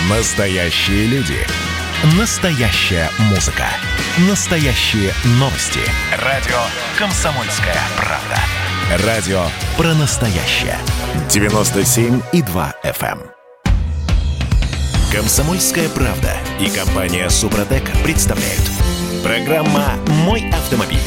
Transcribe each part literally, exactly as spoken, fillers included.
Настоящие люди. Настоящая музыка. Настоящие новости. Радио «Комсомольская правда». Радио про настоящее. девяносто семь и два эф эм. «Комсомольская правда» и компания «Супротек» представляют. Программа «Мой автомобиль».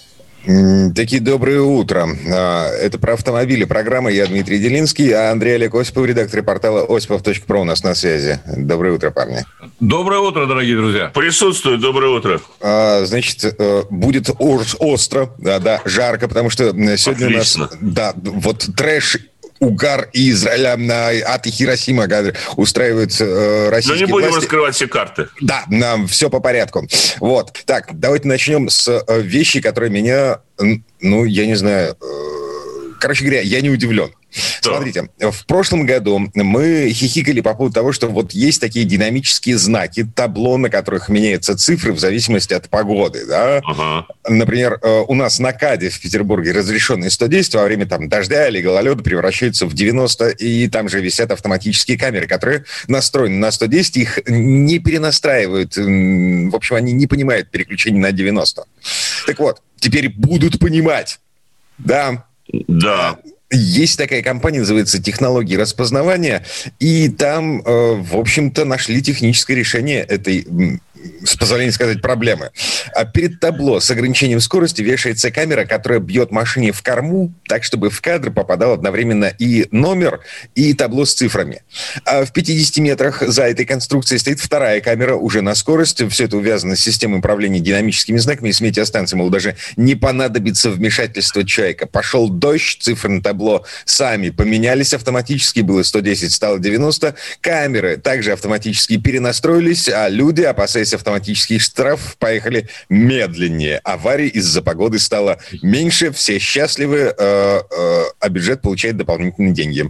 Такие доброе утро. Это про автомобили. Программа. Я Дмитрий Делинский, а Андрей Олег Осипов, редактор портала осипов точка про у нас на связи. Доброе утро, парни. Доброе утро, дорогие друзья. Присутствую. Доброе утро. А, значит, будет остро, да, да, жарко, потому что сегодня Отлично. у нас... Да, вот трэш... Угар и Израиля от Хиросима устраивают э, российские власти. Но не будем власти. раскрывать все карты. Да, нам все по порядку. Вот. Так, давайте начнем с э, вещи, которые меня, ну, я не знаю... Э, короче говоря, я не удивлен. Да. Смотрите, в прошлом году мы хихикали по поводу того, что вот есть такие динамические знаки, табло, на которых меняются цифры в зависимости от погоды, да? Ага. Например, у нас на КАДе в Петербурге разрешенные сто десять, во время там дождя или гололеда превращаются в девяносто, и там же висят автоматические камеры, которые настроены на сто десять, их не перенастраивают, в общем, они не понимают переключение на девяносто. Так вот, теперь будут понимать, да? Да. Есть такая компания, называется «Технологии распознавания», и там, э, в общем-то, нашли техническое решение этой, с позволения сказать, проблемы. А перед табло с ограничением скорости вешается камера, которая бьет машине в корму, так, чтобы в кадр попадал одновременно и номер, и табло с цифрами. А в пятидесяти метрах за этой конструкцией стоит вторая камера уже на скорость. Все это увязано с системой управления динамическими знаками и с метеостанцией. Мол, даже не понадобится вмешательство человека. Пошел дождь, цифры на табло сами поменялись автоматически. Было сто десять, стало девяносто. Камеры также автоматически перенастроились, а люди, опасаясь автоматических штрафов, поехали медленнее. Аварий из-за погоды стало меньше, все счастливы, э, э, а бюджет получает дополнительные деньги.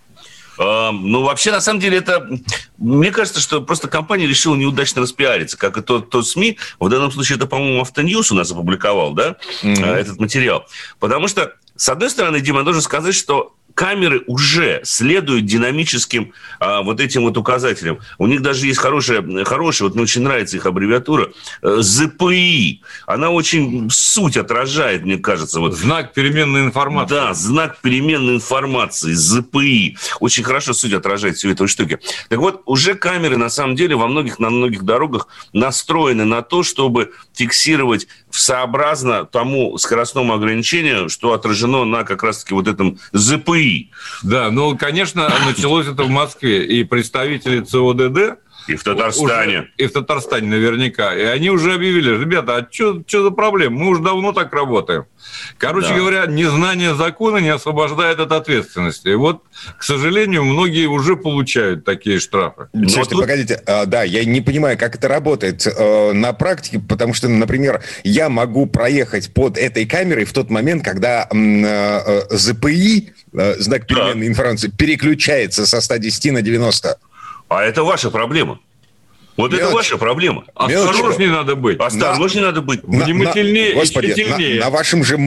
Uh, ну, вообще, на самом деле, это... Мне кажется, что просто компания решила неудачно распиариться, как и тот, тот СМИ. В данном случае это, по-моему, Автоньюз у нас опубликовал, да, mm-hmm. этот материал. Потому что, с одной стороны, Дима, я должен сказать, что камеры уже следуют динамическим а, вот этим вот указателям. У них даже есть хорошая, хорошая, вот мне очень нравится их аббревиатура, зэ пэ и. Она очень суть отражает, мне кажется. Вот. Знак переменной информации. Да, знак переменной информации, зэ пэ и. Очень хорошо суть отражает всю эту штуку. Так вот, уже камеры, на самом деле, во многих, на многих дорогах настроены на то, чтобы фиксировать сообразно тому скоростному ограничению, что отражено на как раз-таки вот этом зэ пэ и. Да, ну, конечно, началось это в Москве. И представители цэ о дэ дэ... И в Татарстане. Уже, и в Татарстане наверняка. И они уже объявили: ребята, а что за проблема? Мы уже давно так работаем. Короче да. говоря, незнание закона не освобождает от ответственности. И вот, к сожалению, многие уже получают такие штрафы. Слушайте, тут... погодите. А, да, я не понимаю, как это работает э, на практике, потому что, например, я могу проехать под этой камерой в тот момент, когда э, э, зэ пэ и, э, знак переменной да. информации, переключается со ста десяти на девяносто. А это ваша проблема. Вот Мелочь. Это ваша проблема. Осторожнее надо быть. Осторожнее на, надо быть. Внимательнее и тщательнее. На, на вашем же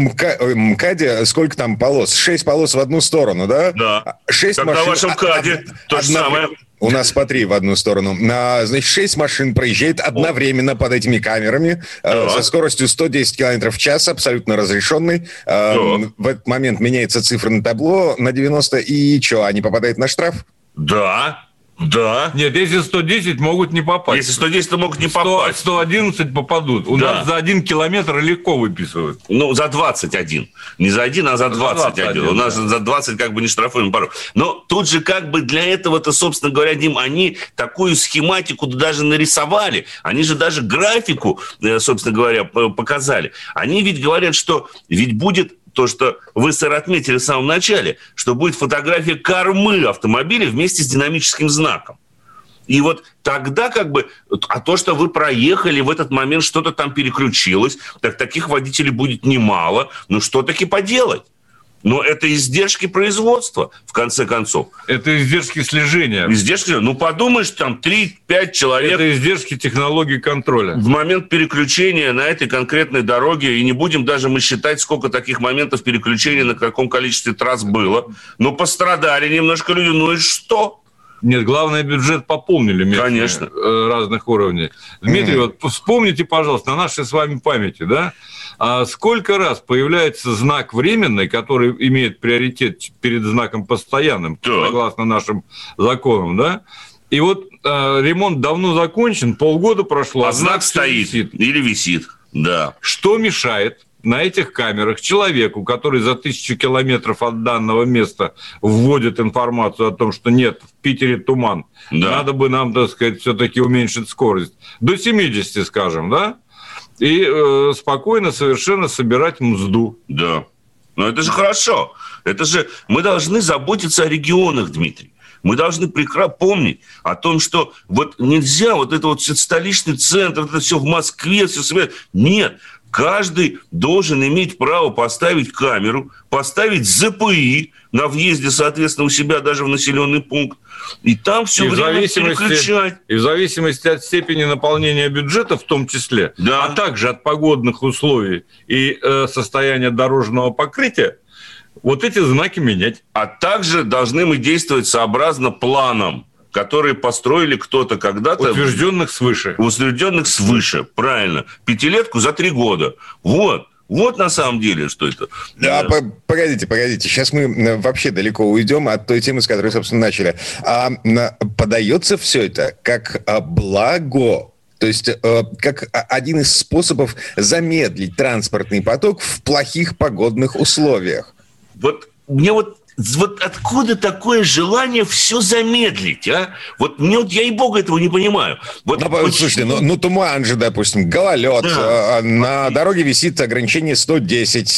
МКАДе сколько там полос? Шесть полос в одну сторону, да? Да. Шесть как машин. На вашем КАДе то же самое. У нас по три в одну сторону. А, значит, шесть машин проезжает одновременно О. под этими камерами да. со скоростью сто десять километров в час, абсолютно разрешенной. Да. В этот момент меняется цифра на табло на девяносто, и что, они попадают на штраф? Да. Да. Нет, если сто десять, могут не попасть. Если сто десять, то могут не попасть. сто одиннадцать попадут. У да. нас за один километр легко выписывают. Ну, за двадцать один. Не за один, а за двадцать один. У нас да. за двадцать как бы не штрафуем пару. Но тут же как бы для этого-то, собственно говоря, Дим, они такую схематику даже нарисовали. Они же даже графику, собственно говоря, показали. Они ведь говорят, что ведь будет... То, что вы, сэр, отметили в самом начале, что будет фотография кормы автомобиля вместе с динамическим знаком. И вот тогда как бы... А то, что вы проехали, в этот момент что-то там переключилось, так таких водителей будет немало. Ну, что таки поделать? Но это издержки производства, в конце концов. Это издержки слежения. Издержки, ну, подумаешь, там три-пять человек... Это издержки технологий контроля. В момент переключения на этой конкретной дороге, и не будем даже мы считать, сколько таких моментов переключения на каком количестве трасс было, но пострадали немножко люди, ну и что? Нет, главное, бюджет пополнили местные, конечно, разных уровней. Дмитрий, mm-hmm. вот вспомните, пожалуйста, на нашей с вами памяти, да, а сколько раз появляется знак временный, который имеет приоритет перед знаком постоянным, да. согласно нашим законам, да? И вот э, ремонт давно закончен, полгода прошло, а, а знак стоит висит. Или висит, да. Что мешает на этих камерах человеку, который за тысячу километров от данного места вводит информацию о том, что нет, в Питере туман, да. надо бы нам, так сказать, все-таки уменьшить скорость до семидесяти, скажем, да? И э, спокойно совершенно собирать мзду. Да. Но это же хорошо. Это же мы должны заботиться о регионах, Дмитрий. Мы должны прекрасно помнить о том, что вот нельзя вот это вот столичный центр, это все в Москве, все собирать. Нет. Каждый должен иметь право поставить камеру, поставить ЗПИ на въезде, соответственно, у себя даже в населенный пункт, и там все и время переключать. И в зависимости от степени наполнения бюджета, в том числе, да. а также от погодных условий и э, состояния дорожного покрытия, вот эти знаки менять. А также должны мы действовать сообразно планам, которые построили кто-то когда-то. Утвержденных свыше. Утвержденных свыше, правильно. Пятилетку за три года. Вот. Вот на самом деле, что это. Да, да. Погодите, погодите. Сейчас мы вообще далеко уйдем от той темы, с которой, собственно, начали. А подается все это как благо. То есть, как один из способов замедлить транспортный поток в плохих погодных условиях. Вот мне вот Вот откуда такое желание все замедлить, а? Вот мне вот, я и бога этого не понимаю. Вот, ну, почему? Слушайте, ну, ну туман же, допустим, гололед, да. на дороге висит ограничение сто десять.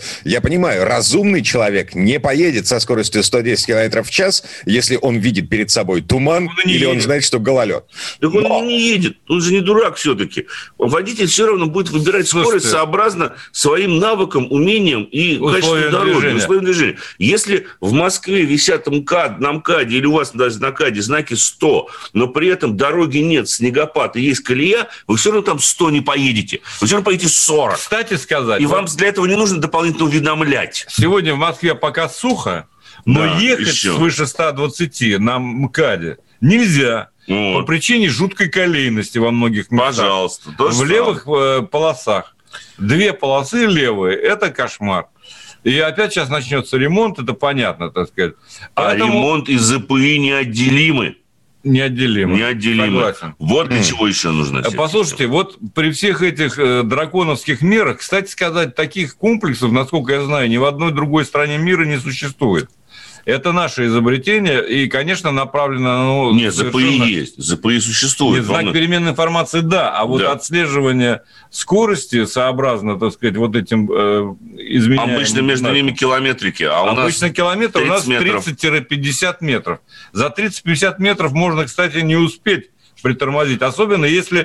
Я понимаю, разумный человек не поедет со скоростью сто десять километров в час, если он видит перед собой туман он или он знает, что гололед. Так он Но... не едет, он же не дурак все-таки. Водитель все равно будет выбирать Слушайте. скорость сообразно своим навыкам, умениям и качеству дороги, условиям движения. Если в Москве висят МКАД, на МКАДе или у вас даже на КАДе знаки сто, но при этом дороги нет, снегопад и есть колея, вы все равно там сто не поедете. Вы все равно поедете сорок. Кстати сказать... И вот вам для этого не нужно дополнительно уведомлять. Сегодня в Москве пока сухо, но да, ехать еще. свыше ста двадцати на МКАДе нельзя. Вот. По причине жуткой колейности во многих местах. Пожалуйста. В левых э, полосах. Две полосы левые – это кошмар. И опять сейчас начнется ремонт, это понятно, так сказать. А Поэтому... ремонт и ЗПИ неотделимы. Неотделимы. Неотделимы. Согласен. Вот для mm. чего еще нужно. Послушайте, вот при всех этих э, драконовских мерах, кстати сказать, таких комплексов, насколько я знаю, ни в одной другой стране мира не существует. Это наше изобретение, и, конечно, направлено... Ну, Нет, совершенно... ЗПИ есть, ЗПИ существует. Нет, знак переменной информации, да, а вот да. отслеживание скорости сообразно, так сказать, вот этим э, изменениям... Обычно между знаком. ними километрики, а у Обычно нас километр у нас тридцать-пятьдесят метров. За тридцать-пятьдесят метров можно, кстати, не успеть притормозить, особенно если...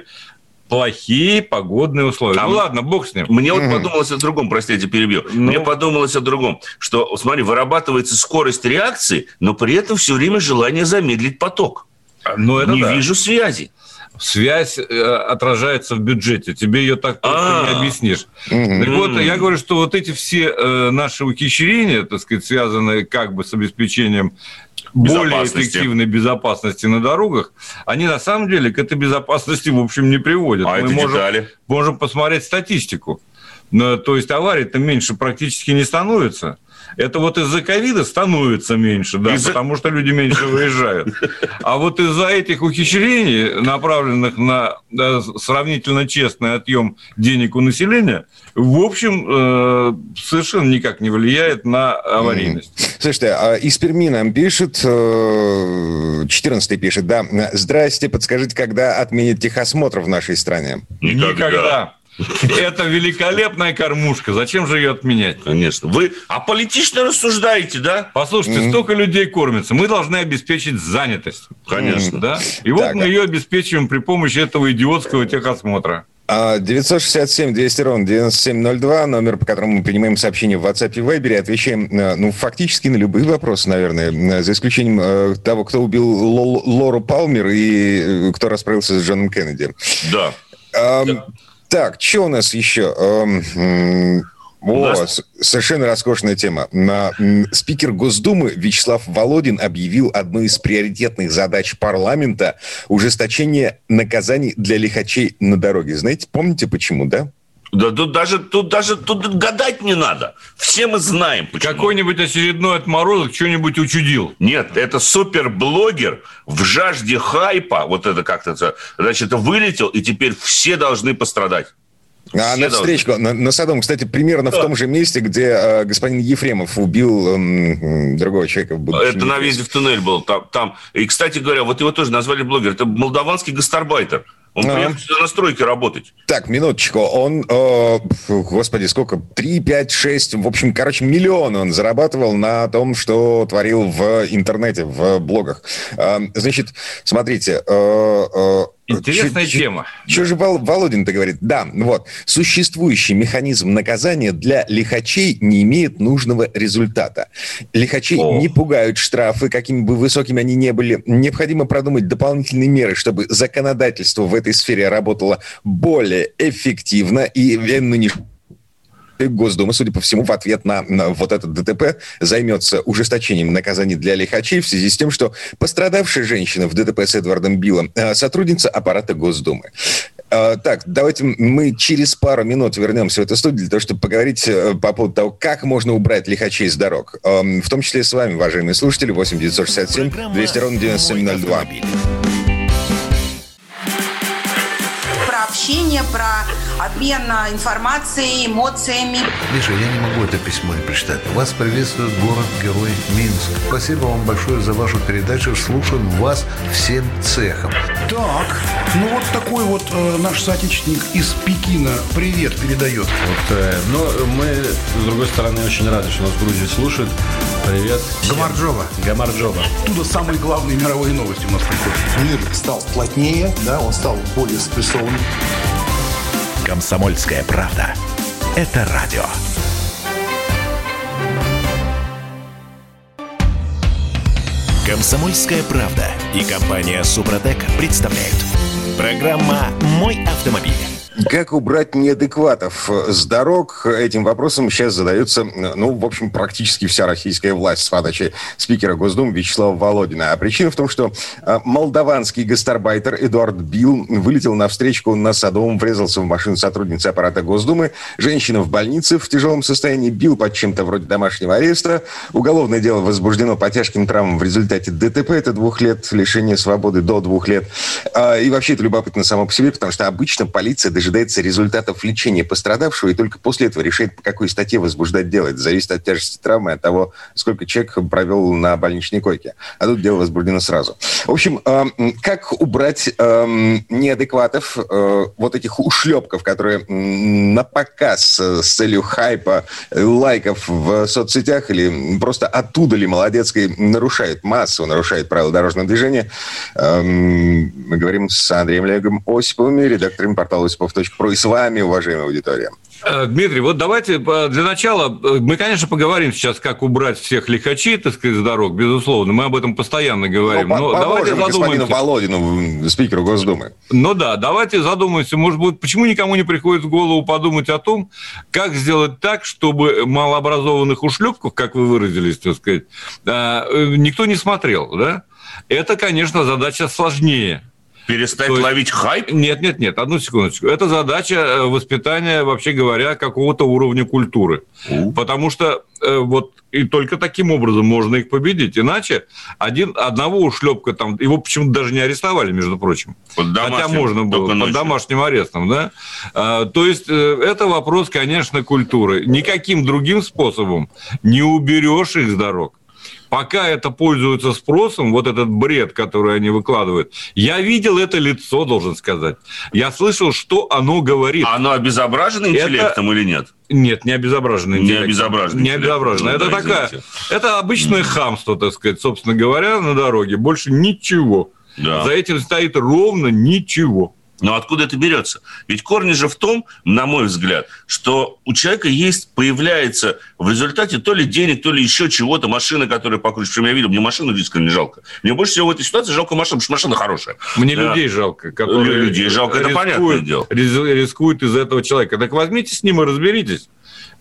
Плохие погодные условия. А ну ладно, бог с ним. Мне вот подумалось о другом, простите, перебью. Ну... Мне подумалось о другом, что, смотри, вырабатывается скорость реакции, но при этом все время желание замедлить поток. Ну, это Не да. вижу связи. Связь э, отражается в бюджете. Тебе ее так просто не объяснишь. Так вот, я говорю, что вот эти все э, наши ухищрения, так сказать, связанные как бы с обеспечением более эффективной безопасности на дорогах, они на самом деле к этой безопасности, в общем, не приводят. А Мы это можем, детали. можем посмотреть статистику. Но, то есть аварий-то меньше практически не становится. Это вот из-за ковида становится меньше, да, из-за... потому что люди меньше выезжают. А вот из-за этих ухищрений, направленных на да, сравнительно честный отъем денег у населения, в общем, э, совершенно никак не влияет на аварийность. Mm-hmm. Слушайте, а из Перми нам пишет, четырнадцатый пишет, да, здрасте, подскажите, когда отменят техосмотр в нашей стране? Никогда. Никогда. Это великолепная кормушка. Зачем же ее отменять? Конечно. Вы аполитично рассуждаете, да? Послушайте, mm-hmm. столько людей кормится. Мы должны обеспечить занятость. Конечно. Да? И вот так, мы ее обеспечиваем при помощи этого идиотского техосмотра. девятьсот шестьдесят семь двести ровно девяносто семь ноль два, номер, по которому мы принимаем сообщения в WhatsApp и Viber, отвечаем, ну, фактически на любые вопросы, наверное, за исключением того, кто убил Лору Палмер и кто расправился с Джоном Кеннеди. Да. А, да. Так, что у нас еще? О, нас... совершенно роскошная тема. Спикер Госдумы Вячеслав Володин объявил одну из приоритетных задач парламента – ужесточение наказаний для лихачей на дороге. Знаете, помните почему, да? Да тут даже, тут даже тут гадать не надо. Все мы знаем, почему. Какой-нибудь очередной отморозок что-нибудь учудил. Нет, это суперблогер в жажде хайпа, вот это как-то, значит, вылетел, и теперь все должны пострадать. А на встречку на, на Садом, кстати, примерно да. в том же месте, где э, господин Ефремов убил э, другого человека. Это на въезде в туннель был. Там, там. И, кстати говоря, вот его тоже назвали блогер. Это молдаванский гастарбайтер. Он а. приехал сюда на стройке работать. Так, минуточку. Он, э, господи, сколько? три, пять, шесть, в общем, короче, миллион он зарабатывал на том, что творил в интернете, в блогах. Э, значит, смотрите... Э, э, Интересная ч- тема. Что же Володин-то говорит? Да, вот. Существующий механизм наказания для лихачей не имеет нужного результата. Лихачей О. не пугают штрафы, какими бы высокими они ни были. Необходимо продумать дополнительные меры, чтобы законодательство в этой сфере работало более эффективно и нынешнее. Госдума, судя по всему, в ответ на, на вот этот ДТП займется ужесточением наказаний для лихачей в связи с тем, что пострадавшая женщина в ДТП с Эдвардом Биллом сотрудница аппарата Госдумы. Так, давайте мы через пару минут вернемся в эту студию для того, чтобы поговорить по поводу того, как можно убрать лихачей с дорог. В том числе с вами, уважаемые слушатели, восемь девятьсот шестьдесят семь двести ровно девяносто семь ноль два. Общение, про обмен информацией, эмоциями. Миша, я не могу это письмо не прочитать. Вас приветствует город-герой Минск. Спасибо вам большое за вашу передачу. Слушаем вас всем цехом. Так, ну вот такой вот э, наш соотечественник из Пекина привет передает. Вот, э, но мы, с другой стороны, очень рады, что нас в Грузии слушают. Привет. Гамарджоба. Гамарджоба. Оттуда самые главные мировые новости у нас приходят. Мир стал плотнее, да, он стал более спрессованным. «Комсомольская правда». Это радио. «Комсомольская правда» и компания «Супротек» представляют. Программа «Мой автомобиль». Как убрать неадекватов с дорог? Этим вопросом сейчас задается, ну, в общем, практически вся российская власть с подачи спикера Госдумы Вячеслава Володина. А причина в том, что молдаванский гастарбайтер Эдуард Билл вылетел на встречку на Садовом, врезался в машину сотрудницы аппарата Госдумы. Женщина в больнице в тяжелом состоянии, Билл под чем-то вроде домашнего ареста. Уголовное дело возбуждено по тяжким травмам в результате ДТП. Это двух лет лишения свободы до двух лет. И вообще это любопытно само по себе, потому что обычно полиция даже ожидается результатов лечения пострадавшего, и только после этого решает, по какой статье возбуждать дело. Это зависит от тяжести травмы, от того, сколько человек провел на больничной койке. А тут дело возбуждено сразу. В общем, э, как убрать э, неадекватов, э, вот этих ушлепков, которые э, на показ э, с целью хайпа, э, лайков в соцсетях или просто оттуда ли Молодецкой нарушают, массово нарушают правила дорожного движения. Э, мы говорим с Андреем Олеговым Осиповым, редактором портала осипов точка про, и с вами, уважаемая аудитория. Дмитрий, вот давайте для начала, мы, конечно, поговорим сейчас, как убрать всех лихачей, так сказать, с дорог, безусловно, мы об этом постоянно говорим. Но, но давайте задумаемся. Господину Володину, спикеру Госдумы. Ну да, давайте задумаемся, может быть, почему никому не приходит в голову подумать о том, как сделать так, чтобы малообразованных ушлепков, как вы выразились, так сказать, никто не смотрел, да? Это, конечно, задача сложнее. Перестать есть, ловить хайп? Нет, нет, нет, одну секундочку. Это задача воспитания, вообще говоря, какого-то уровня культуры. У. Потому что э, вот и только таким образом можно их победить. Иначе один, одного ушлепка, там, его почему-то даже не арестовали, между прочим. Под Хотя можно было, под домашним арестом. Да? А, то есть, э, это вопрос, конечно, культуры. Никаким другим способом не уберешь их с дорог. Пока это пользуется спросом, вот этот бред, который они выкладывают, я видел это лицо, должен сказать. Я слышал, что оно говорит. А оно обезображено интеллектом это... или нет? Нет, не обезображено интеллектом. Не обезображено. Не обезображено. Это, да, такая, это обычное mm. хамство, так сказать, собственно говоря, на дороге. Больше ничего. Да. За этим стоит ровно ничего. Но откуда это берется? Ведь корни же в том, на мой взгляд, что у человека есть, появляется в результате то ли денег, то ли еще чего-то, машина, которая покруче. Причем я видел, мне машину искренне жалко. Мне больше всего в этой ситуации жалко машину, потому что машина хорошая. Мне да. людей жалко. Которые людей жалко, это понятное дело. Рискуют из-за этого человека. Так возьмите с ним и разберитесь.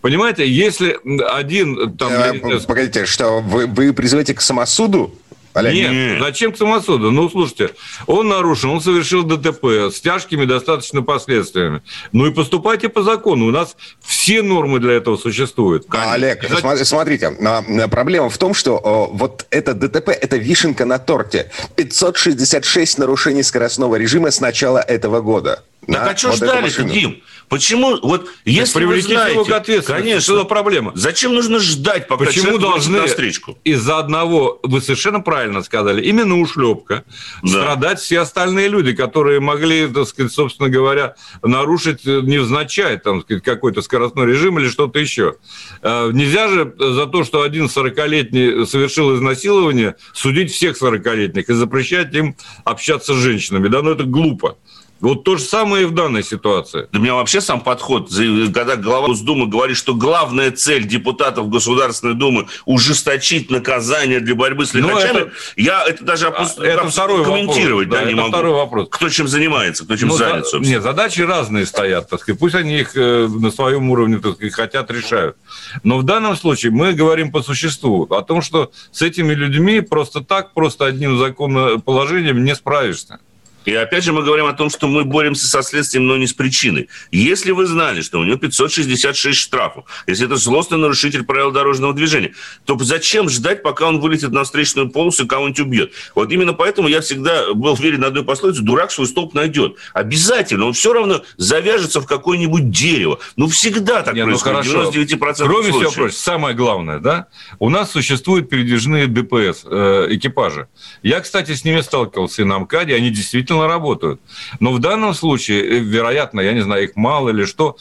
Понимаете, если один... Там, а, погодите, что, вы, вы призываете к самосуду? Олег? Нет, Нет, зачем к самосуду? Ну, слушайте, он нарушил, он совершил ДТП с тяжкими достаточно последствиями. Ну и поступайте по закону. У нас все нормы для этого существуют. Конечно. Олег, зачем? Смотрите, проблема в том, что вот это ДТП, это вишенка на торте. пятьсот шестьдесят шесть нарушений скоростного режима с начала этого года. Так а что вот ждали-то, Дим? Почему? Вот если вы знаете... его к ответственности. Конечно. Что за проблема? Зачем нужно ждать, пока Почему должны навстречу? Из-за одного, вы совершенно правильно сказали, именно ушлепка, да. страдать все остальные люди, которые могли, так сказать, собственно говоря, нарушить невзначай там, сказать, какой-то скоростной режим или что-то еще. Нельзя же за то, что один сорокалетний совершил изнасилование, судить всех сорокалетних и запрещать им общаться с женщинами. Да, ну это глупо. Вот то же самое и в данной ситуации. Для меня вообще сам подход, когда глава Госдумы говорит, что главная цель депутатов Государственной Думы – ужесточить наказание для борьбы с лихачами, это, я это даже опус... это второй комментировать вопрос, да, да, не это могу. Второй вопрос. Кто чем занимается, кто чем ну, занят, за... собственно. Нет, задачи разные стоят, так сказать. Пусть они их на своем уровне, так сказать, хотят, решают. Но в данном случае мы говорим по существу о том, что с этими людьми просто так, просто одним законоположением не справишься. И опять же мы говорим о том, что мы боремся со следствием, но не с причиной. Если вы знали, что у него пятьсот шестьдесят шесть штрафов, если это злостный нарушитель правил дорожного движения, то зачем ждать, пока он вылетит на встречную полосу и кого-нибудь убьет? Вот именно поэтому я всегда был верен одной пословице: дурак свой столб найдет. Обязательно. Он все равно завяжется в какое-нибудь дерево. Ну, всегда так Не, происходит. Ну, девяносто девять процентов Кроме случаев. всего прочего, самое главное, да, у нас существуют передвижные ДПС, э, экипажи. Я, кстати, с ними сталкивался и на МКАДе, они действительно работают. Но в данном случае, вероятно, я не знаю, их мало или что,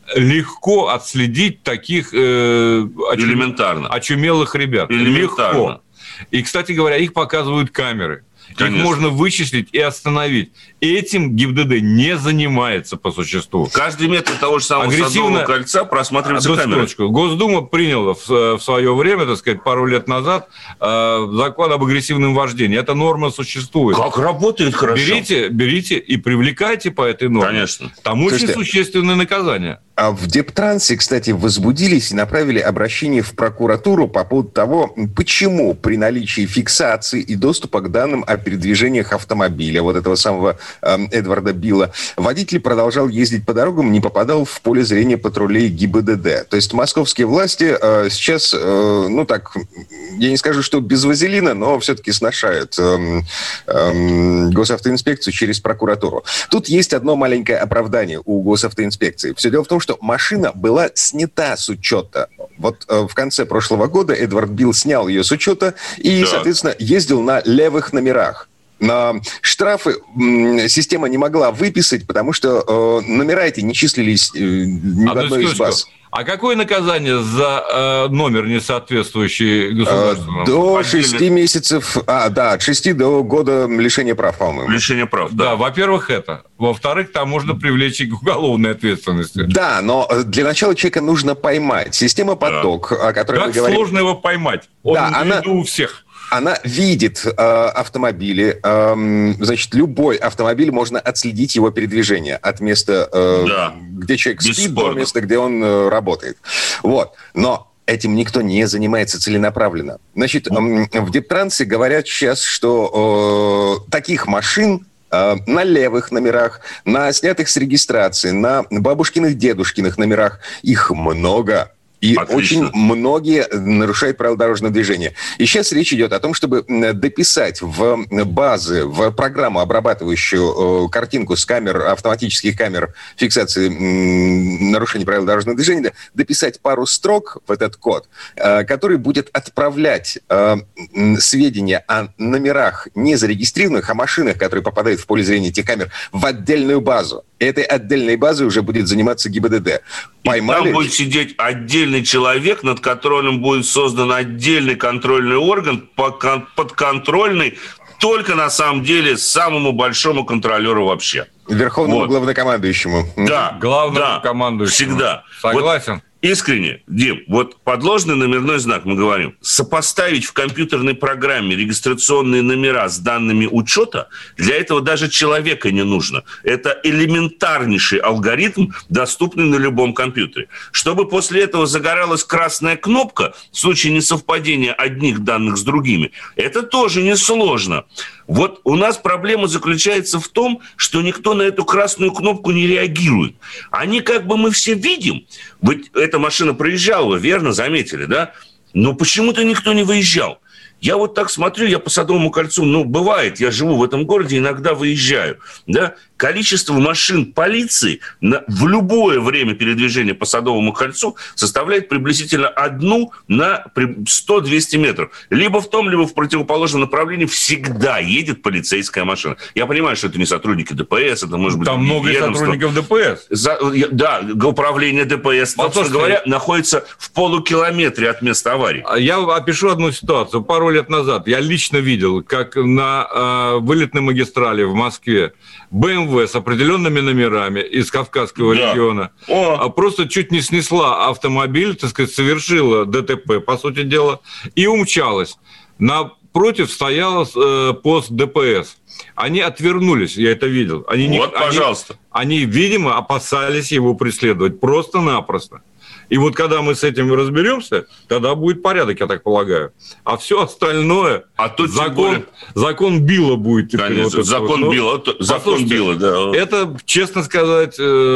легко отследить таких э, очум... элементарно очумелых ребят. Элементарно. Легко. И, кстати говоря, их показывают камеры. Конечно. Их можно вычислить и остановить. Этим ГИБДД не занимается по существу. Каждый метр того же самого Садового кольца просматривается камерой. Госдума приняла в, в свое время, так сказать, пару лет назад, э, закон об агрессивном вождении. Эта норма существует. Как работает хорошо. Берите, берите и привлекайте по этой норме. Конечно. Там очень существенное наказание. А в Дептрансе, кстати, возбудились и направили обращение в прокуратуру по поводу того, почему при наличии фиксации и доступа к данным о передвижениях автомобиля, вот этого самого э, Эдварда Билла, водитель продолжал ездить по дорогам, не попадал в поле зрения патрулей ГИБДД. То есть московские власти э, сейчас, э, ну так, я не скажу, что без вазелина, но все-таки сношают э, э, госавтоинспекцию через прокуратуру. Тут есть одно маленькое оправдание у госавтоинспекции. Все дело в том, что машина была снята с учета. Вот э, в конце прошлого года Эдвард Билл снял ее с учета и, да. соответственно, ездил на левых номерах. На штрафы м, система не могла выписать, потому что э, номера эти не числились э, ни в одной из баз. А какое наказание за э, номер, не соответствующий государственному? До шести месяцев, а, да, от шести до года лишения прав, по-моему. Лишение прав, да. Да, во-первых, это. Во-вторых, там можно привлечь и к уголовной ответственности. Да, но для начала человека нужно поймать. Система «Поток», да. о которой как мы говорим... Как сложно его поймать? Он да, на она... виду у всех. Она видит э, автомобили, э, значит, любой автомобиль можно отследить его передвижение от места, э, да. где человек спит, Бесспорно. до места, где он э, работает. Вот. Но этим никто не занимается целенаправленно. Значит, э, в Дептрансе говорят сейчас, что э, таких машин э, на левых номерах, на снятых с регистрации, на бабушкиных, дедушкиных номерах, их много. И Отлично. Очень многие нарушают правила дорожного движения. И сейчас речь идет о том, чтобы дописать в базы, в программу, обрабатывающую картинку с камер, автоматических камер фиксации нарушений правил дорожного движения, дописать пару строк в этот код, который будет отправлять сведения о номерах не зарегистрированных, о машинах, которые попадают в поле зрения этих камер, в отдельную базу. Этой отдельной базой уже будет заниматься ГИБДД. Поймали... И там будет сидеть отдельный человек, над которым будет создан отдельный контрольный орган, подконтрольный только на самом деле самому большому контролеру вообще. Верховному вот. главнокомандующему. Да, главному да, командующему. Всегда. Согласен. Вот. искренне, Дим, вот подложный номерной знак, мы говорим, сопоставить в компьютерной программе регистрационные номера с данными учета, для этого даже человека не нужно. Это элементарнейший алгоритм, доступный на любом компьютере. Чтобы после этого загоралась красная кнопка в случае несовпадения одних данных с другими, это тоже несложно. Вот у нас проблема заключается в том, что никто на эту красную кнопку не реагирует. Они как бы мы все видим, вот эта машина проезжала, верно заметили, да? Но почему-то никто не выезжал. Я вот так смотрю, я по Садовому кольцу, ну, бывает, я живу в этом городе, иногда выезжаю, да, количество машин полиции на, в любое время передвижения по Садовому кольцу составляет приблизительно одну на сто-двести метров. Либо в том, либо в противоположном направлении всегда едет полицейская машина. Я понимаю, что это не сотрудники ДПС, это может быть... Там много сотрудников ДПС. За, да, управление ДПС, собственно говоря, находится в полукилометре от места аварии. Я опишу одну ситуацию. Пару лет назад я лично видел, как на э, вылетной магистрали в Москве бэ эм вэ с определенными номерами из Кавказского да. региона О. просто чуть не снесла автомобиль, так сказать, совершила дэ тэ пэ, по сути дела, и умчалась. Напротив стоял э, пост дэ пэ эс. Они отвернулись, я это видел. Они, вот, не, пожалуйста. Они, они, видимо, опасались его преследовать просто-напросто. И вот когда мы с этим разберемся, тогда будет порядок, я так полагаю. А все остальное, а тут закон, закон Билла будет. Конечно, вот закон вот. Билла, закон Билла, да. Это, честно сказать,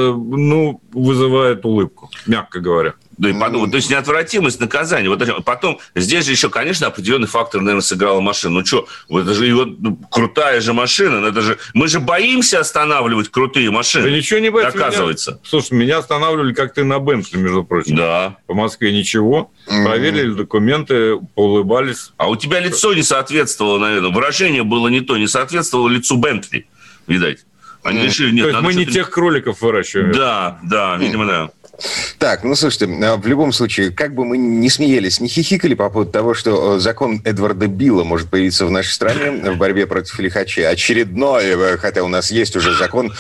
ну, вызывает улыбку, мягко говоря. Да, и подумать, то есть неотвратимость наказания. Вот потом, здесь же еще, конечно, определенный фактор, наверное, сыграла машина. Ну что, это же вот, ну, крутая же машина. Это же, мы же боимся останавливать крутые машины. Да ничего не боится. Оказывается. Меня, слушай, меня останавливали, как ты на Бентли, между прочим. Да. По Москве ничего. Mm-hmm. Проверили документы, поулыбались. А у тебя лицо не соответствовало, наверное. Выражение было не то, не соответствовало лицу Бентли, видать. Они mm-hmm. решили, нет, то есть мы не тех кроликов выращиваем. Да, да, видимо, да. Так, ну, слушайте, в любом случае, как бы мы ни смеялись, не хихикали по поводу того, что закон Эдварда Билла может появиться в нашей стране в борьбе против лихачей. Очередной, хотя у нас есть уже закон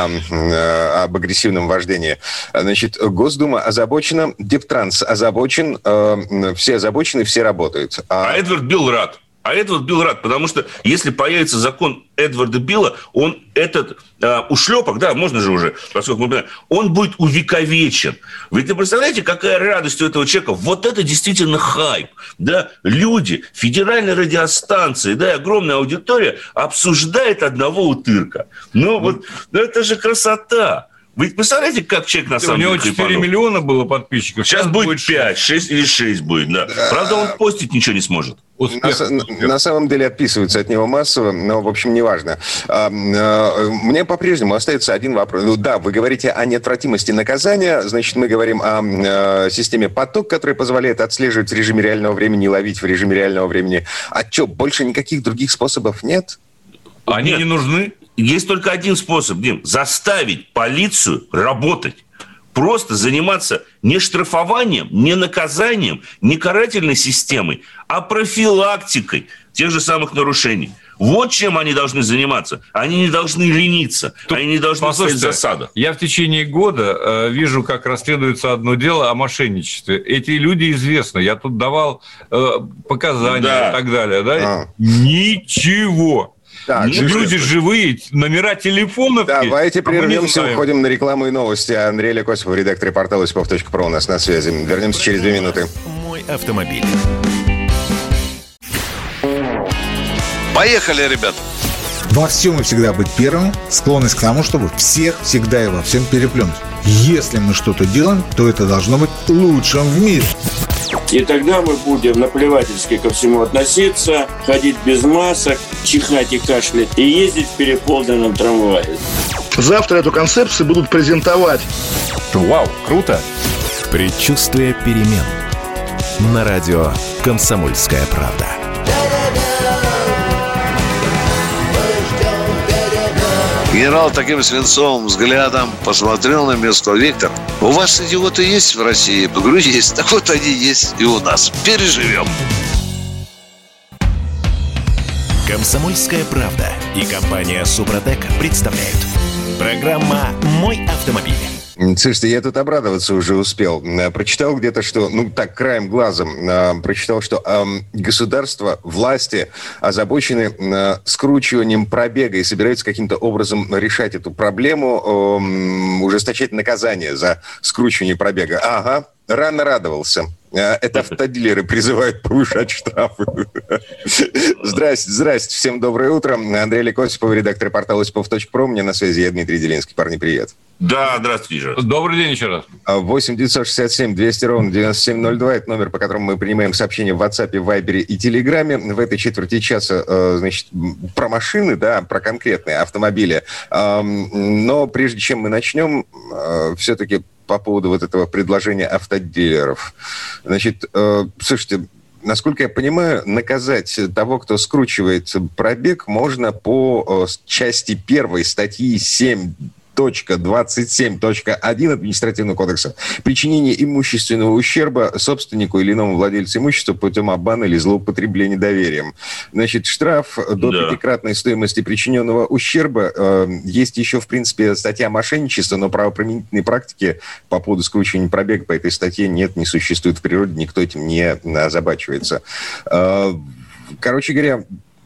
э, об агрессивном вождении. Значит, Госдума озабочена, Дептранс озабочен, э, все озабочены, все работают. А, а Эдвард Билл рад. А Эдвард Билл рад, потому что если появится закон Эдварда Билла, он этот э, ушлепок, да, можно же уже, поскольку мы понимаем, он будет увековечен. Ведь вы представляете, какая радость у этого человека? Вот это действительно хайп. Да? Люди, федеральные радиостанции, да, огромная аудитория обсуждает одного утырка. Ну, вот, ну это же красота. Вы представляете, как человек на самом деле... У него четыре миллиона было подписчиков. Сейчас, сейчас будет пять, шесть или шесть будет, да. Правда, он постить ничего не сможет. На, на самом деле отписываются от него массово, но, в общем, неважно. Мне по-прежнему остается один вопрос. Ну, да, вы говорите о неотвратимости наказания, значит, мы говорим о системе поток, которая позволяет отслеживать в режиме реального времени и ловить в режиме реального времени. А что, больше никаких других способов нет? Они нет. не нужны? Есть только один способ, Дим, заставить полицию работать. Просто заниматься не штрафованием, не наказанием, не карательной системой, а профилактикой тех же самых нарушений. Вот чем они должны заниматься. Они не должны лениться, Тут, они не должны стоять в засадах. Я в течение года э, вижу, как расследуется одно дело о мошенничестве. Эти люди известны. Я тут давал э, показания да. и так далее. Да? А. Ничего. Так, люди живые, номера телефонов. Давайте прервемся, уходим на рекламу и новости. Андрей Лекосипов, редактор портала осипов точка про у нас на связи. Вернемся через две минуты. Мой автомобиль. Поехали, ребят. Во всем и всегда быть первым, склонность к тому, чтобы всех, всегда и во всем переплюнуть. Если мы что-то делаем, то это должно быть лучшим в мире. И тогда мы будем наплевательски ко всему относиться, ходить без масок, чихать и кашлять и ездить в переполненном трамвае. Завтра эту концепцию будут презентовать. Вау, круто! Предчувствие перемен. На радио «Комсомольская правда». Генерал таким свинцовым взглядом посмотрел на меня и сказал: Виктор, у вас идиоты есть в России? Я говорю, есть. Так вот они есть и у нас. Переживем. «Комсомольская правда» и компания «Супротек» представляют. Программа «Мой автомобиль». Слушайте, я тут обрадоваться уже успел. Прочитал где-то, что, ну так, краем глаза, прочитал, что э, государство, власти озабочены э, скручиванием пробега и собираются каким-то образом решать эту проблему, э, ужесточать наказание за скручивание пробега. Ага, рано радовался. Это автодилеры призывают повышать штрафы. Здрасте, здрасте, всем доброе утро. Андрей Олег Осипов, редактор портала осипов точка про. У меня на связи я, Дмитрий Делинский. Парни, привет. Да, здравствуйте еще раз. Добрый день еще раз. восемь девятьсот шестьдесят семь двести ровно девяносто семь ноль два. Это номер, по которому мы принимаем сообщения в WhatsApp, Вайбере и Телеграме. В этой четверти часа, значит, про машины, да, про конкретные автомобили. Но прежде чем мы начнем, все-таки по поводу вот этого предложения автодилеров. Значит, слушайте, насколько я понимаю, наказать того, кто скручивает пробег, можно по части первой статьи семь точка двадцать семь точка один Административного кодекса. Причинение имущественного ущерба собственнику или иному владельцу имущества путем обмана или злоупотребления доверием. Значит, штраф до да. пятикратной стоимости причиненного ущерба. Э, есть еще, в принципе, статья мошенничества, но правоприменительной практики по поводу скручивания пробега по этой статье нет, не существует в природе, никто этим не озабачивается. Э, короче говоря,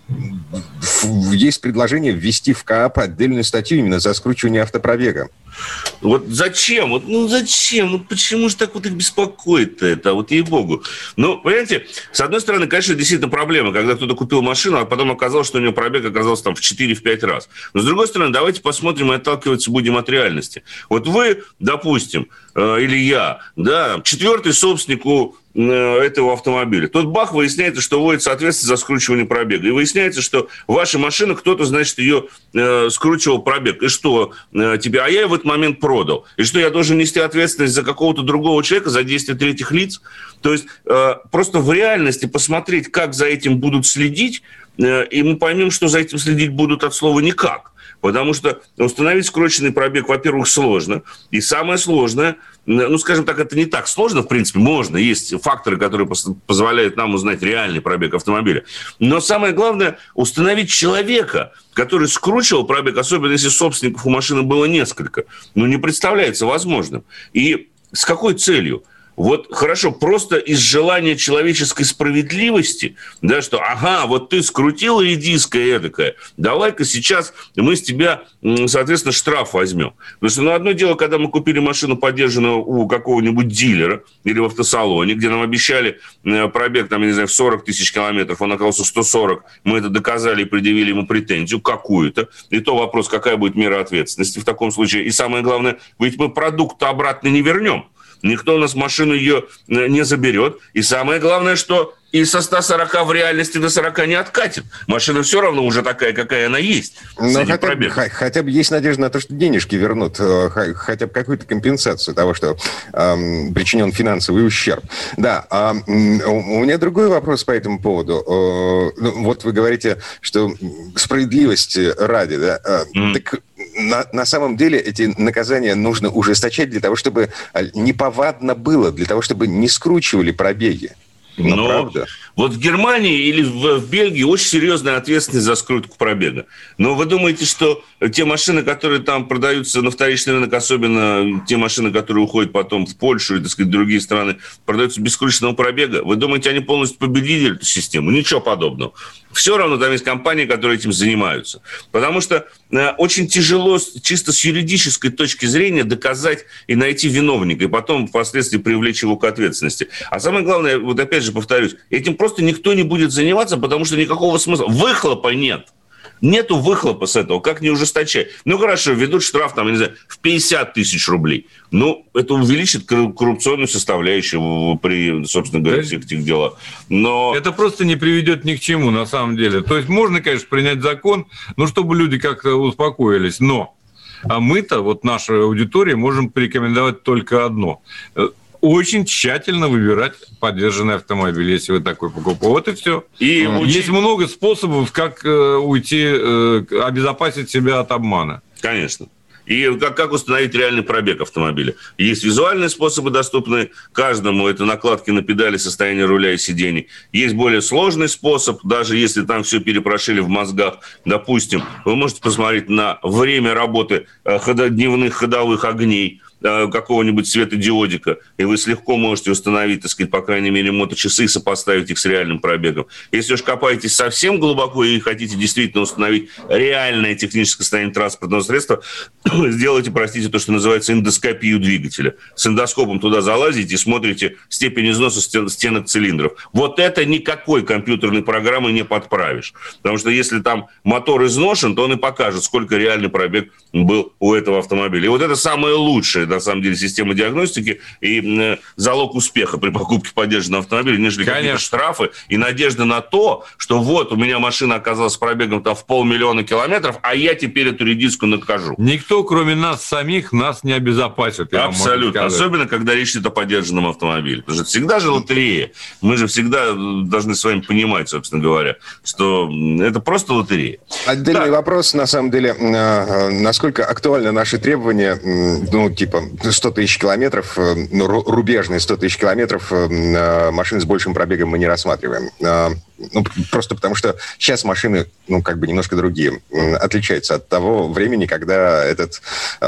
есть предложение ввести в КАП отдельную статью именно за скручивание автопробега. Вот зачем? Вот, ну зачем? Ну почему же так вот их беспокоит-то это? Вот ей-богу. Ну, понимаете, с одной стороны, конечно, действительно проблема, когда кто-то купил машину, а потом оказалось, что у него пробег оказался там в четыре-пять раз. Но с другой стороны, давайте посмотрим и отталкиваться будем от реальности. Вот вы, допустим, э, или я, да, четвертый собственник у э, этого автомобиля. Тут бах, выясняется, что вводится ответственность за скручивание пробега. И выясняется, что ваша машина, кто-то, значит, ее э, скручивал пробег. И что э, тебе? А я ее в этот момент продал. И что я должен нести ответственность за какого-то другого человека, за действия третьих лиц? То есть э, просто в реальности посмотреть, как за этим будут следить, э, и мы поймем, что за этим следить будут от слова «никак». Потому что установить скрученный пробег, во-первых, сложно. И самое сложное, ну, скажем так, это не так сложно, в принципе, можно. Есть факторы, которые позволяют нам узнать реальный пробег автомобиля. Но самое главное, установить человека, который скручивал пробег, особенно если собственников у машины было несколько, ну, не представляется возможным. И с какой целью? Вот хорошо, просто из желания человеческой справедливости, да, что, ага, вот ты скрутила редиска эдакая, давай-ка сейчас мы с тебя, соответственно, штраф возьмем. Потому что, ну, одно дело, когда мы купили машину, подержанную у какого-нибудь дилера или в автосалоне, где нам обещали пробег, там, я не знаю, в сорок тысяч километров, он оказался сто сорок, мы это доказали и предъявили ему претензию какую-то. И то вопрос, какая будет мера ответственности в таком случае. И самое главное, ведь мы продукт обратно не вернем. Никто у нас машину ее не заберет. И самое главное, что и со ста сорока в реальности до сорока не откатит. Машина все равно уже такая, какая она есть. Но хотя, х- хотя бы есть надежда на то, что денежки вернут. Х- хотя бы какую-то компенсацию того, что эм, причинен финансовый ущерб. Да, э, у меня другой вопрос по этому поводу. Э, ну, вот вы говорите, что справедливости ради, да? Э, mm. Так на, на самом деле эти наказания нужно ужесточать для того, чтобы неповадно было, для того, чтобы не скручивали пробеги. Но, Но правда. Вот в Германии или в, в Бельгии очень серьезная ответственность за скрутку пробега. Но вы думаете, что те машины, которые там продаются на вторичный рынок, особенно те машины, которые уходят потом в Польшу и, так сказать, другие страны, продаются без скрученного пробега, вы думаете, они полностью победили эту систему? Ничего подобного. Все равно там есть компании, которые этим занимаются. Потому что э, очень тяжело чисто с юридической точки зрения доказать и найти виновника, и потом впоследствии привлечь его к ответственности. А самое главное, вот опять же повторюсь, этим просто никто не будет заниматься, потому что никакого смысла. Выхлопа нет. Нету выхлопа с этого, как не ужесточать. Ну, хорошо, введут штраф, там, не знаю, в пятьдесят тысяч рублей. Ну, это увеличит коррупционную составляющую при, собственно говоря, всех этих делах. Но... Это просто не приведет ни к чему, на самом деле. То есть можно, конечно, принять закон, ну, чтобы люди как-то успокоились, но а мы-то, вот наша аудитория, можем порекомендовать только одно – очень тщательно выбирать подержанный автомобиль, если вы такой покупаете. Вот и все. И есть очень... много способов, как э, уйти, э, обезопасить себя от обмана. Конечно. И как, как установить реальный пробег автомобиля. Есть визуальные способы, доступные каждому. Это накладки на педали, состояние руля и сидений. Есть более сложный способ, даже если там все перепрошили в мозгах. Допустим, вы можете посмотреть на время работы дневных ходовых огней. э, какого-нибудь светодиодика, и вы легко можете установить, так сказать, по крайней мере, моточасы и сопоставить их с реальным пробегом. Если уж копаетесь совсем глубоко и хотите действительно установить реальное техническое состояние транспортного средства, сделайте, простите, то, что называется эндоскопию двигателя. С эндоскопом туда залазите и смотрите степень износа стен, стенок цилиндров. Вот это никакой компьютерной программой не подправишь. Потому что если там мотор изношен, то он и покажет, сколько реальный пробег был у этого автомобиля. И вот это самая лучшая, на самом деле, система диагностики и э, залог успеха при покупке подержанного автомобиля, нежели Конечно. какие-то штрафы и надежда на то, что вот у меня машина оказалась с пробегом там в полмиллиона километров, а я теперь эту редиску накажу. Никто, кроме нас самих, нас не обезопасит. Абсолютно. Особенно, когда речь идет о подержанном автомобиле. Потому что всегда же лотерея. Мы же всегда должны с вами понимать, собственно говоря, что это просто лотерея. Отдельный да. вопрос, на самом деле, насколько актуальны наши требования, ну, типа, сто тысяч километров, ну, рубежные сто тысяч километров, машины с большим пробегом мы не рассматриваем. Ну, просто потому что сейчас машины, ну, как бы немножко другие, отличаются от того времени, когда этот, э,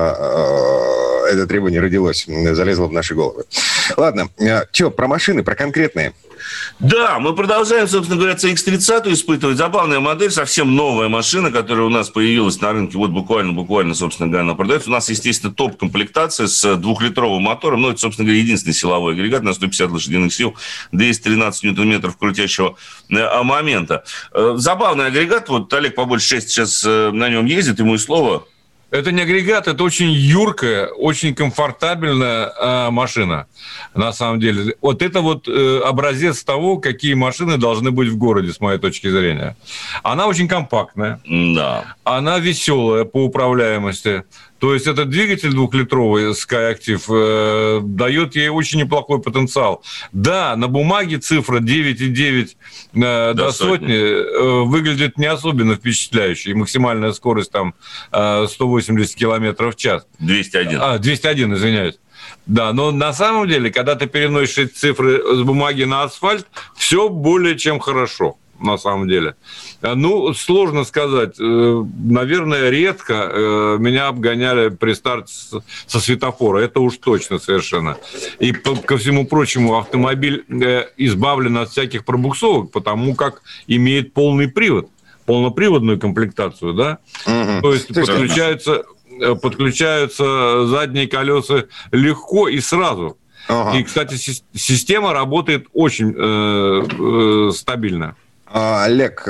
э, это требование родилось, залезло в наши головы. Ладно, что, про машины, про конкретные? Да, мы продолжаем, собственно говоря, си икс тридцать испытывать. Забавная модель, совсем новая машина, которая у нас появилась на рынке. Вот буквально, буквально, собственно говоря, она продается. У нас, естественно, топ-комплектация с двухлитровым мотором. Ну, это, собственно говоря, единственный силовой агрегат на сто пятьдесят лошадиных сил, двести тринадцать ньютон-метров крутящего момента. Забавный агрегат. Вот Олег по большей части сейчас на нем ездит, ему и слово. Это не агрегат, это очень юркая, очень комфортабельная э, машина, на самом деле. Вот это вот э, образец того, какие машины должны быть в городе, с моей точки зрения. Она очень компактная, да. Она веселая по управляемости. То есть этот двигатель двухлитровый SkyActiv э, дает ей очень неплохой потенциал. Да, на бумаге цифра девять и девять э, до, до сотни, сотни э, выглядит не особенно впечатляюще. И максимальная скорость там э, сто восемьдесят километров в час. двести один. А, двести один, извиняюсь. Да, но на самом деле, когда ты переносишь эти цифры с бумаги на асфальт, все более чем хорошо. На самом деле. Ну, сложно сказать. Наверное, редко меня обгоняли при старте со светофора. Это уж точно совершенно. И, ко всему прочему, автомобиль избавлен от всяких пробуксовок, потому как имеет полный привод, полноприводную комплектацию, да? Угу. То есть подключаются, подключаются задние колеса легко и сразу. Ага. И, кстати, система работает очень э, э, стабильно. Олег,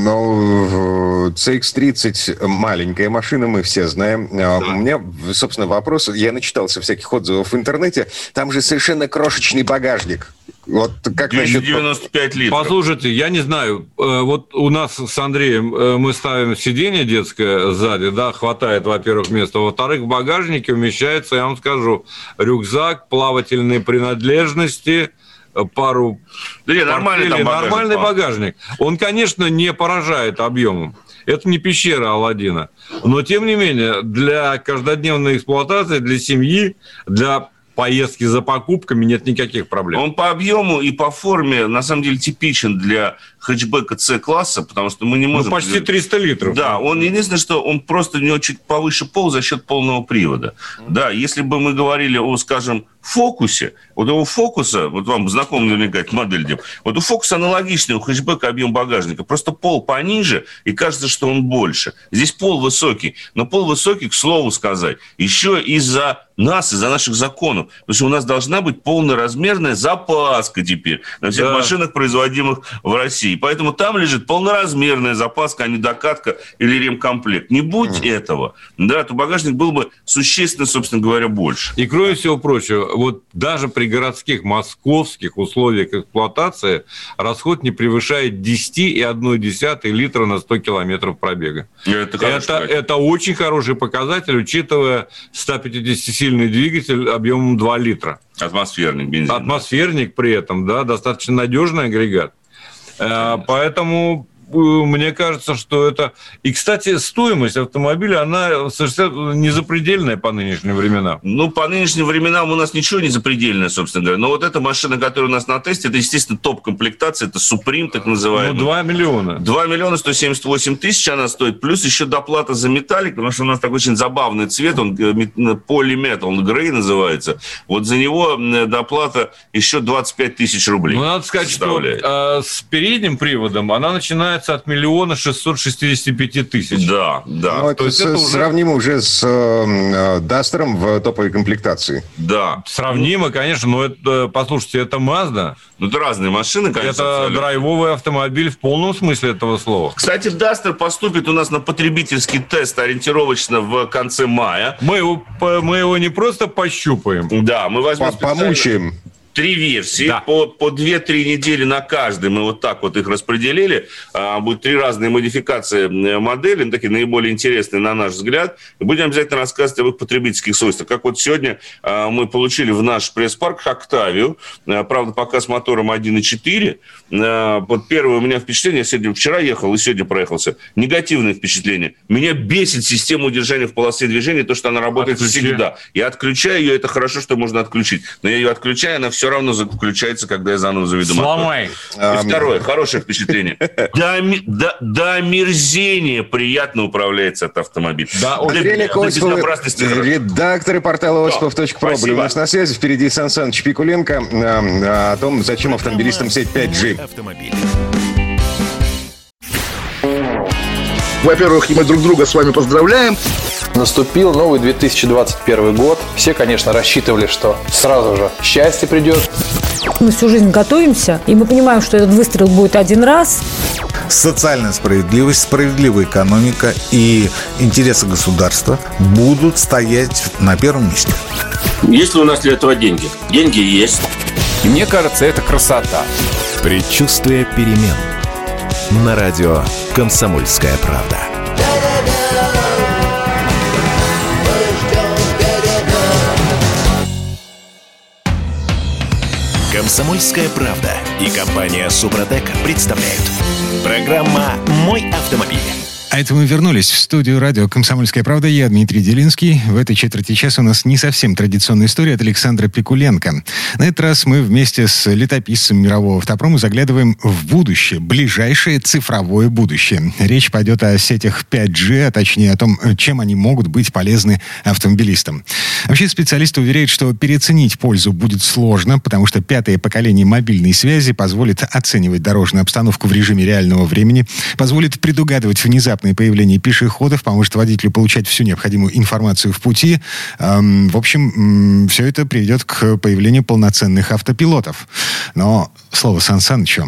ну, си икс тридцать маленькая машина, мы все знаем. Да. У меня, собственно, вопрос. Я начитался всяких отзывов в интернете. Там же совершенно крошечный багажник. Вот как насчет... девяносто пять литров. Послушайте, я не знаю. Вот у нас с Андреем мы ставим сиденье детское сзади, да, хватает, во-первых, места. Во-вторых, в багажнике умещается, я вам скажу, рюкзак, плавательные принадлежности, пару... Да нет, нормальный, там багажник, нормальный багажник. Он, конечно, не поражает объемом. Это не пещера Аладдина. Но, тем не менее, для каждодневной эксплуатации, для семьи, для поездки за покупками нет никаких проблем. Он по объему и по форме, на самом деле, типичен для хэтчбека С-класса, потому что мы не можем... Ну, почти триста литров. Да, он единственное, что он просто у него чуть повыше пол за счет полного привода. Да, если бы мы говорили о, скажем, Фокусе, вот у Фокуса, вот вам знакома наверняка эта модель, вот у Фокуса аналогичный, у хэтчбека объем багажника, просто пол пониже, и кажется, что он больше. Здесь пол высокий, но пол высокий, к слову сказать, еще из-за нас, из-за наших законов, потому что у нас должна быть полноразмерная запаска теперь на всех да. машинах, производимых в России. Поэтому там лежит полноразмерная запаска, а не докатка или ремкомплект. Не будь mm. этого, да, то багажник был бы существенно, собственно говоря, больше. И кроме всего прочего, вот даже при городских московских условиях эксплуатации расход не превышает десять целых одна десятая литра на сто километров пробега. Это, это, это очень хороший показатель, учитывая сто пятидесятисильный двигатель объемом два литра. Атмосферник бензин. Атмосферник при этом, да, достаточно надежный агрегат. Конечно. Поэтому мне кажется, что это... И, кстати, стоимость автомобиля, она совершенно не запредельная по нынешним временам. Ну, по нынешним временам у нас ничего не запредельное, собственно говоря. Но вот эта машина, которая у нас на тесте, это, естественно, топ-комплектация, это Supreme, так называемый. Ну, два миллиона. два миллиона сто семьдесят восемь тысяч она стоит, плюс еще доплата за металлик, потому что у нас такой очень забавный цвет, он полиметал, он грей называется. Вот за него доплата еще двадцать пять тысяч рублей. Ну, надо сказать, что а, с передним приводом она начинается от миллиона шестьсот шестьдесят пять тысяч. Да, да. Ну, это, То есть с, это уже... сравнимо уже с э, Дастером в топовой комплектации. Да. Сравнимо, конечно, но это, послушайте, это Mazda. Ну, это разные машины, конечно. Это абсолютно. драйвовый автомобиль в полном смысле этого слова. Кстати, Duster поступит у нас на потребительский тест ориентировочно в конце мая. Мы его, мы его не просто пощупаем. Да, мы возьмем... Помучаем. Три версии, да. по, по две-три недели на каждой, мы вот так вот их распределили. А, будет три разные модификации модели, ну, такие наиболее интересные на наш взгляд. И будем обязательно рассказывать об их потребительских свойствах. Как вот сегодня а, мы получили в наш пресс-парк Octavia, а, правда, пока с мотором один и четыре. А, вот первое у меня впечатление, я сегодня, вчера ехал и сегодня проехался, негативное впечатление. Меня бесит система удержания в полосе движения, то, что она работает Отключи. всегда. Я отключаю ее, это хорошо, что можно отключить. Но я ее отключаю, она все все равно включается, когда я заново заведу мотор. Сломай. И второе, хорошее впечатление. До, до, до омерзения приятно управляется этот автомобиль. Да, Андрей Осипов, редакторы портала осипов точка про были у нас на связи. Впереди Сан Саныч Пикуленко о том, зачем автомобилистам сеть пять джи. Во-первых, мы друг друга с вами поздравляем. Наступил новый две тысячи двадцать первый год. Все, конечно, рассчитывали, что сразу же счастье придет. Мы всю жизнь готовимся, и мы понимаем, что этот выстрел будет один раз. Социальная справедливость, справедливая экономика и интересы государства будут стоять на первом месте. Есть ли у нас для этого деньги? Деньги есть. И мне кажется, это красота. Предчувствие перемен. На радио «Комсомольская правда». «Комсомольская правда» и компания «Супротек» представляют. Программа «Мой автомобиль». А это мы вернулись в студию радио «Комсомольская правда». Я Дмитрий Делинский. В этой четверти часа у нас не совсем традиционная история от Александра Пикуленко. На этот раз мы вместе с летописцем мирового автопрома заглядываем в будущее, ближайшее цифровое будущее. Речь пойдет о сетях пять джи, а точнее о том, чем они могут быть полезны автомобилистам. Вообще специалисты уверяют, что переоценить пользу будет сложно, потому что пятое поколение мобильной связи позволит оценивать дорожную обстановку в режиме реального времени, позволит предугадывать внезапно появление пешеходов, поможет водителю получать всю необходимую информацию в пути. Эм, в общем, все это приведет к появлению полноценных автопилотов. Но слово Сан Санычу.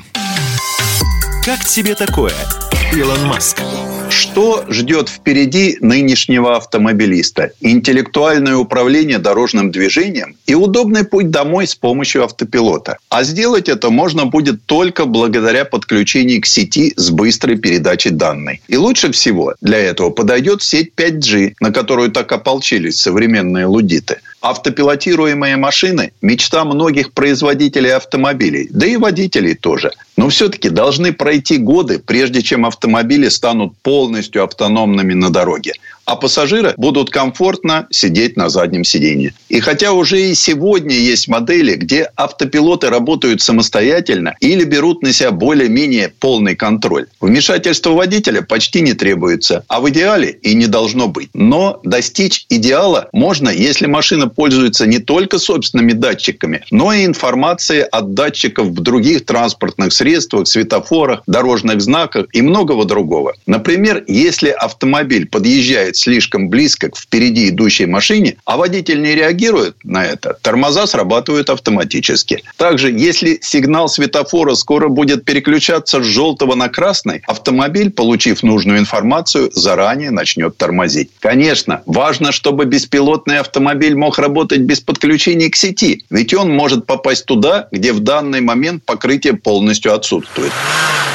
Как тебе такое, Илон Маск? Что ждет впереди нынешнего автомобилиста? Интеллектуальное управление дорожным движением и удобный путь домой с помощью автопилота. А сделать это можно будет только благодаря подключению к сети с быстрой передачей данных. И лучше всего для этого подойдет сеть пять джи, на которую так ополчились современные лудиты. Автопилотируемые машины – мечта многих производителей автомобилей, да и водителей тоже. Но все-таки должны пройти годы, прежде чем автомобили станут полностью автономными на дороге. А пассажиры будут комфортно сидеть на заднем сиденье. И хотя уже и сегодня есть модели, где автопилоты работают самостоятельно или берут на себя более-менее полный контроль, вмешательство водителя почти не требуется, а в идеале и не должно быть. Но достичь идеала можно, если машина пользуется не только собственными датчиками, но и информацией от датчиков в других транспортных средствах, светофорах, дорожных знаках и многого другого. Например, если автомобиль подъезжает слишком близко к впереди идущей машине, а водитель не реагирует на это, тормоза срабатывают автоматически. Также, если сигнал светофора скоро будет переключаться с желтого на красный, автомобиль, получив нужную информацию, заранее начнет тормозить. Конечно, важно, чтобы беспилотный автомобиль мог работать без подключения к сети, ведь он может попасть туда, где в данный момент покрытие полностью отсутствует.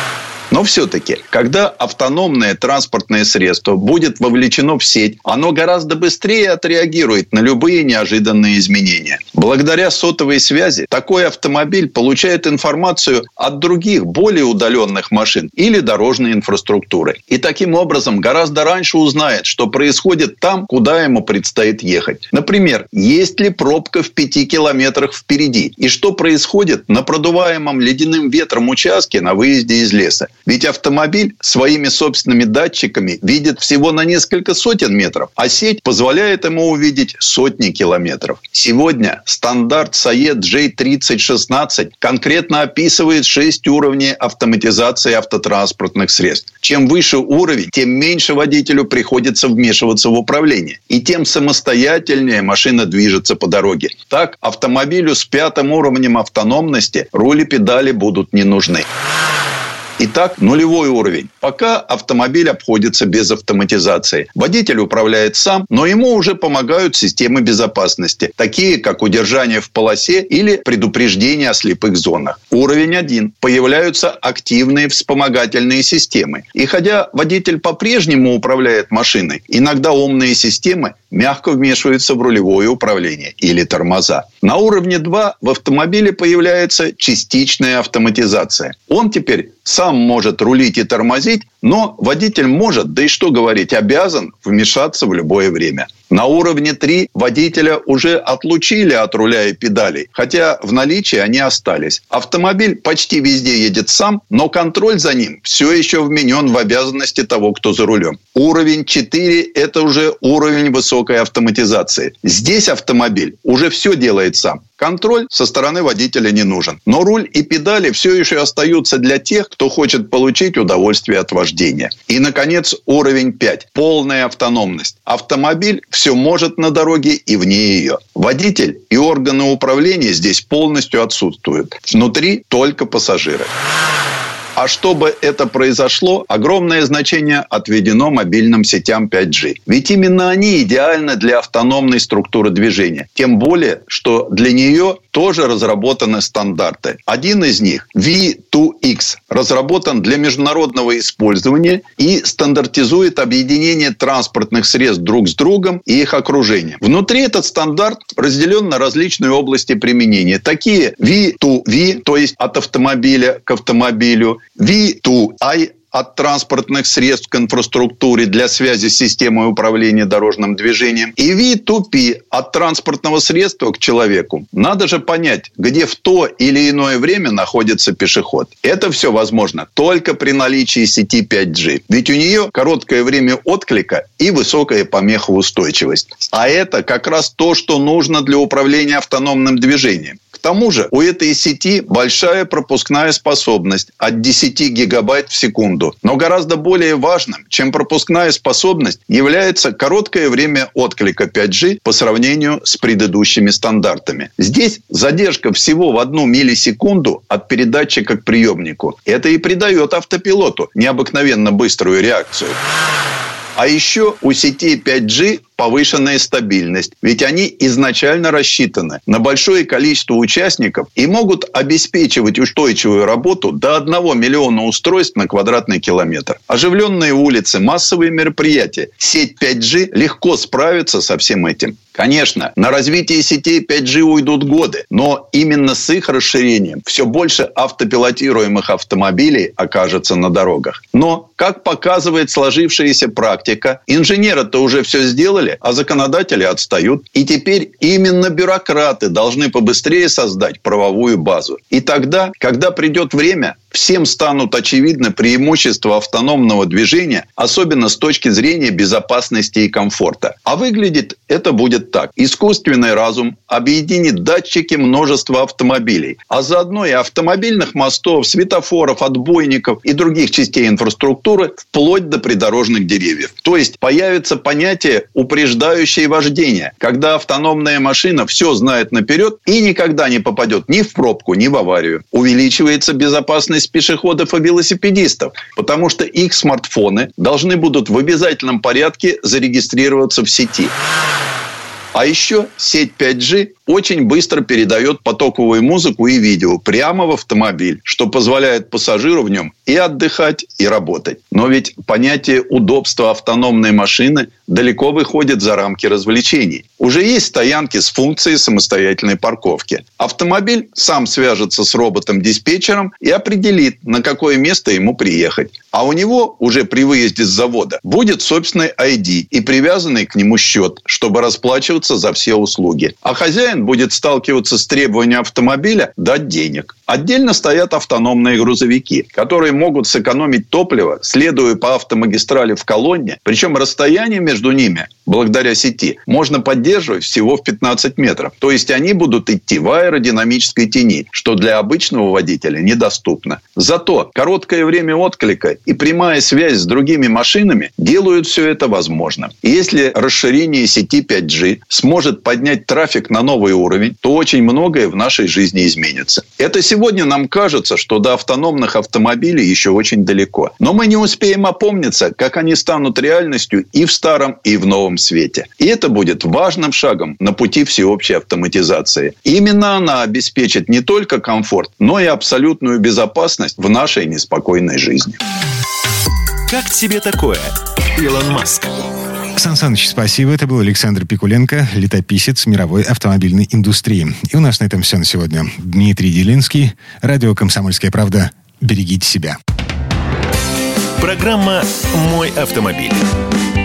Но все-таки, когда автономное транспортное средство будет вовлечено в сеть, оно гораздо быстрее отреагирует на любые неожиданные изменения. Благодаря сотовой связи такой автомобиль получает информацию от других, более удаленных машин или дорожной инфраструктуры. И таким образом гораздо раньше узнает, что происходит там, куда ему предстоит ехать. Например, есть ли пробка в пяти километрах впереди и что происходит на продуваемом ледяным ветром участке на выезде из леса. Ведь автомобиль своими собственными датчиками видит всего на несколько сотен метров, а сеть позволяет ему увидеть сотни километров. Сегодня стандарт САЕ джей тридцать шестнадцать конкретно описывает шесть уровней автоматизации автотранспортных средств. Чем выше уровень, тем меньше водителю приходится вмешиваться в управление. И тем самостоятельнее машина движется по дороге. Так, автомобилю с пятым уровнем автономности руль и педали будут не нужны. Итак, нулевой уровень. Пока автомобиль обходится без автоматизации. Водитель управляет сам, но ему уже помогают системы безопасности, такие как удержание в полосе или предупреждение о слепых зонах. Уровень один. Появляются активные вспомогательные системы. И хотя водитель по-прежнему управляет машиной, иногда умные системы мягко вмешиваются в рулевое управление или тормоза. На уровне два в автомобиле появляется частичная автоматизация. Он теперь сам может рулить и тормозить, но водитель может, да и что говорить, обязан вмешаться в любое время. На уровне три водителя уже отлучили от руля и педалей, хотя в наличии они остались. Автомобиль почти везде едет сам, но контроль за ним все еще вменен в обязанности того, кто за рулем. Уровень четыре – это уже уровень высокой автоматизации. Здесь автомобиль уже все делает сам. Контроль со стороны водителя не нужен. Но руль и педали все еще остаются для тех, кто хочет получить удовольствие от вождения. И, наконец, уровень пять. Полная автономность. Автомобиль все может на дороге и вне ее. Водитель и органы управления здесь полностью отсутствуют. Внутри только пассажиры. А чтобы это произошло, огромное значение отведено мобильным сетям пять джи. Ведь именно они идеальны для автономной структуры движения. Тем более, что для нее тоже разработаны стандарты. Один из них – ви ту икс, разработан для международного использования и стандартизует объединение транспортных средств друг с другом и их окружением. Внутри этот стандарт разделен на различные области применения. Такие ви ту ви, то есть от автомобиля к автомобилю, ви ту ай от транспортных средств к инфраструктуре для связи с системой управления дорожным движением, и ви ту пи от транспортного средства к человеку. Надо же понять, где в то или иное время находится пешеход. Это все возможно только при наличии сети пять джи. Ведь у нее короткое время отклика и высокая помехоустойчивость. А это как раз то, что нужно для управления автономным движением. К тому же у этой сети большая пропускная способность от десяти гигабайт в секунду. Но гораздо более важным, чем пропускная способность, является короткое время отклика пять джи по сравнению с предыдущими стандартами. Здесь задержка всего в одну миллисекунду от передатчика к приемнику. Это и придает автопилоту необыкновенно быструю реакцию. А еще у сетей пять джи повышенная стабильность, ведь они изначально рассчитаны на большое количество участников и могут обеспечивать устойчивую работу до одного миллиона устройств на квадратный километр. Оживленные улицы, массовые мероприятия. Сеть пять джи легко справится со всем этим. Конечно, на развитие сетей пять джи уйдут годы, но именно с их расширением все больше автопилотируемых автомобилей окажется на дорогах. Но, как показывает сложившаяся практика, инженеры-то уже все сделали, а законодатели отстают. И теперь именно бюрократы должны побыстрее создать правовую базу. И тогда, когда придет время, всем станут очевидны преимущества автономного движения, особенно с точки зрения безопасности и комфорта. А выглядит это будет так. Искусственный разум объединит датчики множества автомобилей, а заодно и автомобильных мостов, светофоров, отбойников и других частей инфраструктуры, вплоть до придорожных деревьев. То есть появится понятие упреждающее вождение, когда автономная машина все знает наперед и никогда не попадет ни в пробку, ни в аварию. Увеличивается безопасность пешеходов и велосипедистов, потому что их смартфоны должны будут в обязательном порядке зарегистрироваться в сети. А еще сеть пять джи очень быстро передает потоковую музыку и видео прямо в автомобиль, что позволяет пассажиру в нем и отдыхать, и работать. Но ведь понятие удобства автономной машины далеко выходит за рамки развлечений. Уже есть стоянки с функцией самостоятельной парковки. Автомобиль сам свяжется с роботом-диспетчером и определит, на какое место ему приехать. А у него уже при выезде с завода будет собственный ай ди и привязанный к нему счет, чтобы расплачиваться за все услуги. А хозяин будет сталкиваться с требованием автомобиля дать денег. Отдельно стоят автономные грузовики, которые могут сэкономить топливо, следуя по автомагистрали в колонне. Причем расстояние между ними, благодаря сети, можно поддерживать всего в пятнадцать метров. То есть они будут идти в аэродинамической тени, что для обычного водителя недоступно. Зато короткое время отклика и прямая связь с другими машинами делают все это возможным. И если расширение сети пять джи сможет поднять трафик на новый уровень, то очень многое в нашей жизни изменится. Это сегодня нам кажется, что до автономных автомобилей еще очень далеко. Но мы не успеем опомниться, как они станут реальностью и в старом, и в новом свете. И это будет важным шагом на пути всеобщей автоматизации. И именно она обеспечит не только комфорт, но и абсолютную безопасность в нашей неспокойной жизни. Как тебе такое, Илон Маск? Сан Саныч, спасибо. Это был Александр Пикуленко, летописец мировой автомобильной индустрии. И у нас на этом все на сегодня. Дмитрий Делинский, радио «Комсомольская правда». Берегите себя. Программа «Мой автомобиль».